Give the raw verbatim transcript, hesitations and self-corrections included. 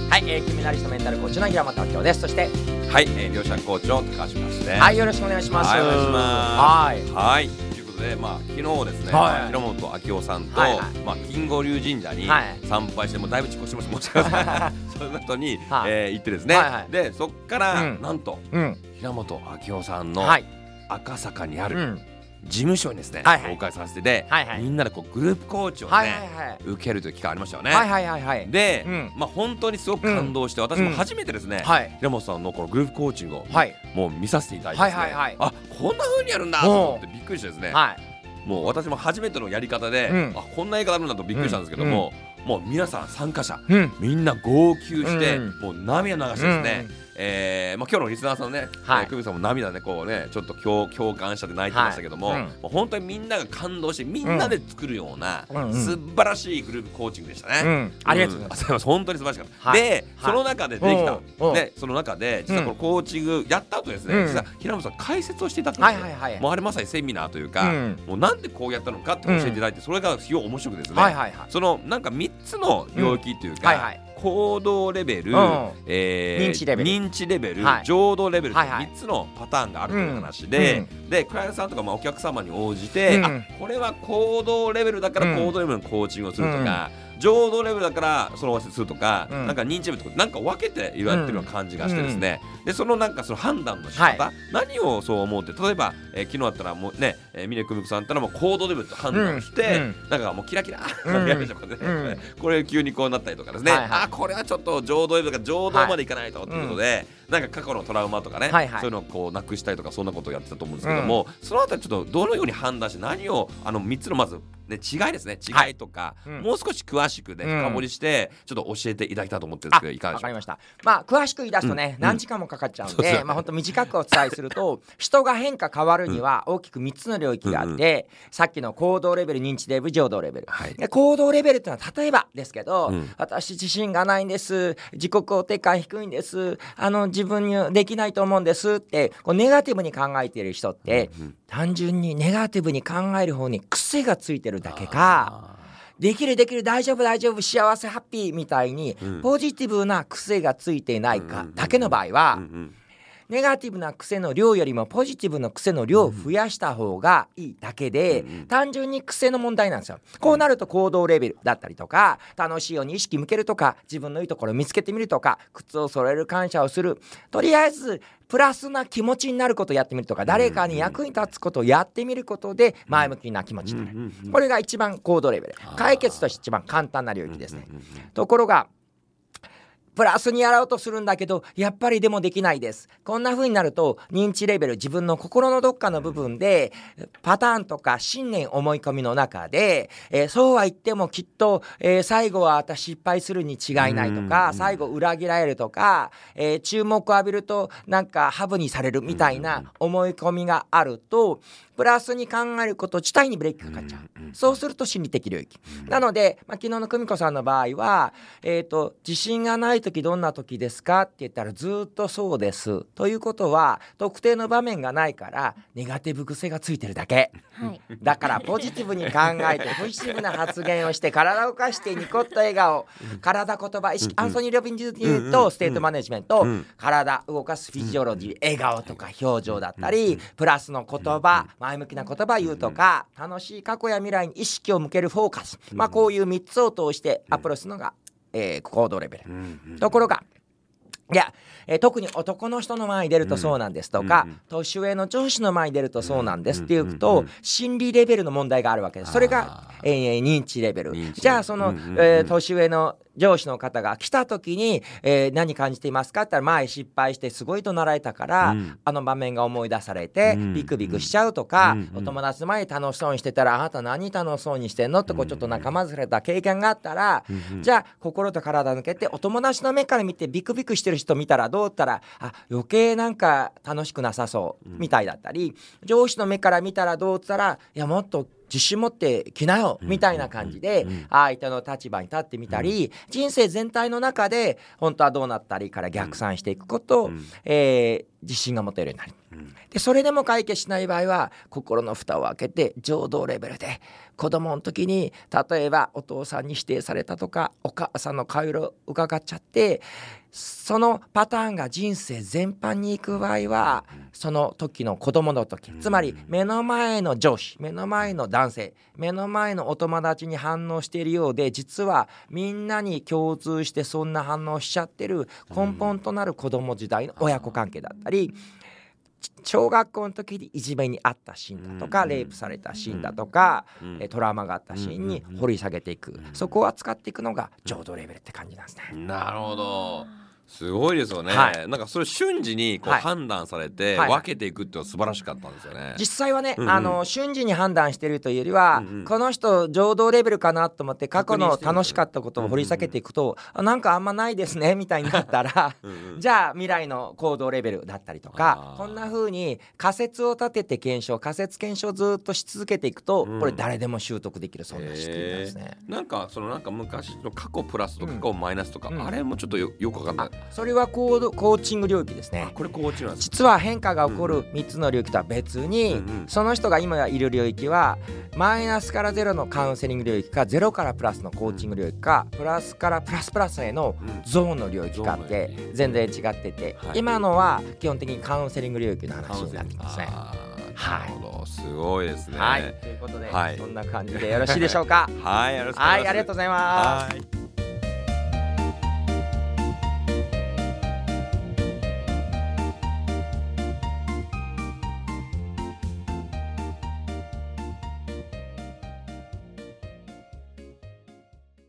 はい、えー、金メダリストメンタルコーチの平本明夫です。そしてはい、えー、両者コーチの高橋ですね。 はい、よろしくお願いします。 はい、お願いします。 はいはいということで、まあ、昨日ですね、 はい、 平本明夫さんと、 はいはい、 まあ、金剛龍神社に参拝して、もうだいぶ遅刻しました、申し訳ないその後に、はい、えー、行ってですね、はいはい、でそっから、うん、なんと、うん、平本明夫さんの赤坂にある、うん、事務所にですね、はいはい、公開させてで、はいはい、みんなでこうグループコーチをね、はいはいはい、受けるという機会ありましたよね。はいはいはいはい、で、うん、まあ本当にすごく感動して、うん、私も初めてですね、うん、平本さんのこのグループコーチングを、はい、もう見させていただいてですね、はいはいはい、あ、こんな風にやるんだと思ってびっくりしてですね、はい、もう私も初めてのやり方で、うん、あ、こんなやり方あるんだとびっくりしたんですけども、うんうん、もう皆さん参加者、うん、みんな号泣して、うん、もう涙流してですね、うん、えーまあ、今日のリスナーさんね、はい、えー、久美さんも涙でこうねちょっと 共, 共感したで泣いてましたけども、はい、うん、もう本当にみんなが感動してみんなで作るような、うん、素晴らしいグループコーチングでしたね、うんうん、ありがとうございます。本当に素晴らしかった、はい、で、はい、その中でできた、でその中で実はこのコーチングやった後ですね、うん、実は平本さん解説をしていただくんですよ、はいはいはい、もうあれまさにセミナーというか、うん、もうなんでこうやったのかって教えていただいて、それが非常に面白くですね、はいはいはい、そのなんかみっつの領域というか、うん、はいはい、行動レベル、うん、えー、認知レベル、認知レベル、はい、浄土レベルとみっつのパターンがあるという話で、うん、でクライアントさんとかまあお客様に応じて、うん、あ、これは行動レベルだから行動レベルのコーチングをするとか、うん、浄土レベルだからそのお話するとか、うん、なんか認知レベルとかなんか分けて言われてるような感じがしてですね、うん、でそのなんかその判断の仕方、はい、何をそう思うって、例えば、えー、昨日だったらもうね、えー、峰久美子さんだったらもう行動レベルと判断して、うん、なんかもうキラキラ、うん、これ急にこうなったりとかですね、はいはい、あ、これはちょっと浄土レベルから浄土までいかないとっていうことで、はい、なんか過去のトラウマとかね、はいはい、そういうのをこうなくしたりとかそんなことをやってたと思うんですけども、うん、そのあたりちょっとどのように判断して何をあのみっつのまずね、違いですね、違いとか、はい、うん、もう少し詳しくね、深掘りしてちょっと教えていただきたいと思ってるんですけど、いかがでしょうか。わかりました。まあ詳しく言い出すとね、うん、何時間もかかっちゃうんで、うん、まあ本当短くお伝えすると人が変化変わるには大きくみっつの領域があって、うん、さっきの行動レベル、認知レベル、浄土レベル、はい、で行動レベルっていうのは例えばですけど、うん、私自信がないんです、自己肯定感低いんです、あの自分にできないと思うんですってこうネガティブに考えている人って、うんうん、単純にネガティブに考える方に癖がついてるだけか、できるできる大丈夫大丈夫幸せハッピーみたいに、うん、ポジティブな癖がついていないかだけの場合は、うんうんうん、ネガティブな癖の量よりもポジティブな癖の量を増やした方がいいだけで、うんうん、単純に癖の問題なんですよ。こうなると行動レベルだったりとか、楽しいように意識向けるとか、自分のいいところを見つけてみるとか、靴を揃える、感謝をする、とりあえずプラスな気持ちになることをやってみるとか、誰かに役に立つことをやってみることで前向きな気持ちになる。これが一番行動レベル、解決として一番簡単な領域ですね。ところがプラスにやろうとするんだけどやっぱりでもできないです。こんな風になると認知レベル、自分の心のどっかの部分でパターンとか信念、思い込みの中で、えー、そうは言ってもきっと、えー、最後は私失敗するに違いないとか、最後裏切られるとか、えー、注目を浴びるとなんかハブにされるみたいな思い込みがあると、プラスに考えること自体にブレーキかかっちゃう。そうすると心理的領域なので、まあ、昨日の久美子さんの場合は、えーと、自信がない時どんな時ですかって言ったらずっとそうですということは特定の場面がないからネガティブ癖がついてるだけ、はい、だからポジティブに考えてポジティブな発言をして体を動かしてニコッと笑顔、体、言葉、意識、アンソニー・ロビンズで言うとステートマネジメント、体動かすフィジオロジー、笑顔とか表情だったりプラスの言葉、前向きな言葉言うとか、楽しい過去や未来に意識を向けるフォーカス、まあ、こういうみっつを通してアプローチするのが、えー、行動レベル。ところがいや、えー、特に男の人の前に出るとそうなんですとか、うん、年上の上司の前に出るとそうなんですっていうと、心理レベルの問題があるわけです。それが、えー、認知レベル。じゃあその、えー、年上の上司の方が来た時に、えー、何感じていますかって言ったら、前失敗してすごい怒鳴られたから、うん、あの場面が思い出されて、うん、ビクビクしちゃうとか、うん、お友達の前に楽しそうにしてたら、あなた何楽しそうにしてんのってこうちょっと仲間ずれた経験があったら、うん、じゃあ心と体抜けてお友達の目から見てビクビクしてる人見たらどうったら、あ、余計なんか楽しくなさそうみたいだったり、上司の目から見たらどうったら、いやもっと自信持ってきなよみたいな感じで相手の立場に立ってみたり、人生全体の中で本当はどうなったらいいから逆算していくことを、えー自信が持てるようになる、うん、でそれでも解決しない場合は心の蓋を開けて情動レベルで子供の時に例えばお父さんに否定されたとかお母さんの顔色を伺っちゃってそのパターンが人生全般に行く場合はその時の子供の時つまり目の前の上司目の前の男性目の前のお友達に反応しているようで実はみんなに共通してそんな反応しちゃってる根本となる子供時代の親子関係だったり小学校の時にいじめにあったシーンだとかレイプされたシーンだとかトラウマがあったシーンに掘り下げていくそこを扱っていくのが浄土レベルって感じなんですね。 なるほどすごいですよね、はい、なんかそれ瞬時にこう判断されて分けていくっていうのは素晴らしかったんですよね、はいはい、 実際はね、うんうん、あの瞬時に判断しているというよりは、うんうん、この人浄土レベルかなと思って過去の楽しかったことを掘り下げていくと、うんうん、なんかあんまないですねみたいになったらうん、じゃあ未来の行動レベルだったりとかこんな風に仮説を立てて検証仮説検証をずっとし続けていくと、うん、これ誰でも習得できるそんな仕組みなんですね。 なんかそのなんか昔の過去プラスとか過去マイナスとか、うん、あれもちょっと よ, よくわかんない。 それはコードコーチング領域ですね。 これコーチングなんです。 実は変化が起こるみっつの領域とは別に、うんうん、その人が今いる領域はマイナスからゼロのカウンセリング領域かゼロからプラスのコーチング領域か、うん、プラスからプラスプラスへのゾーンの領域かって全然違ってて、うん、今のは基本的にカウンセリング領域の話になってますね。 なるほど、すごいですね。 はい、ということで、はい、そんな感じでよろしいでしょうか。 はい、よろしくお願いします。 はい、ありがとうございます。はい。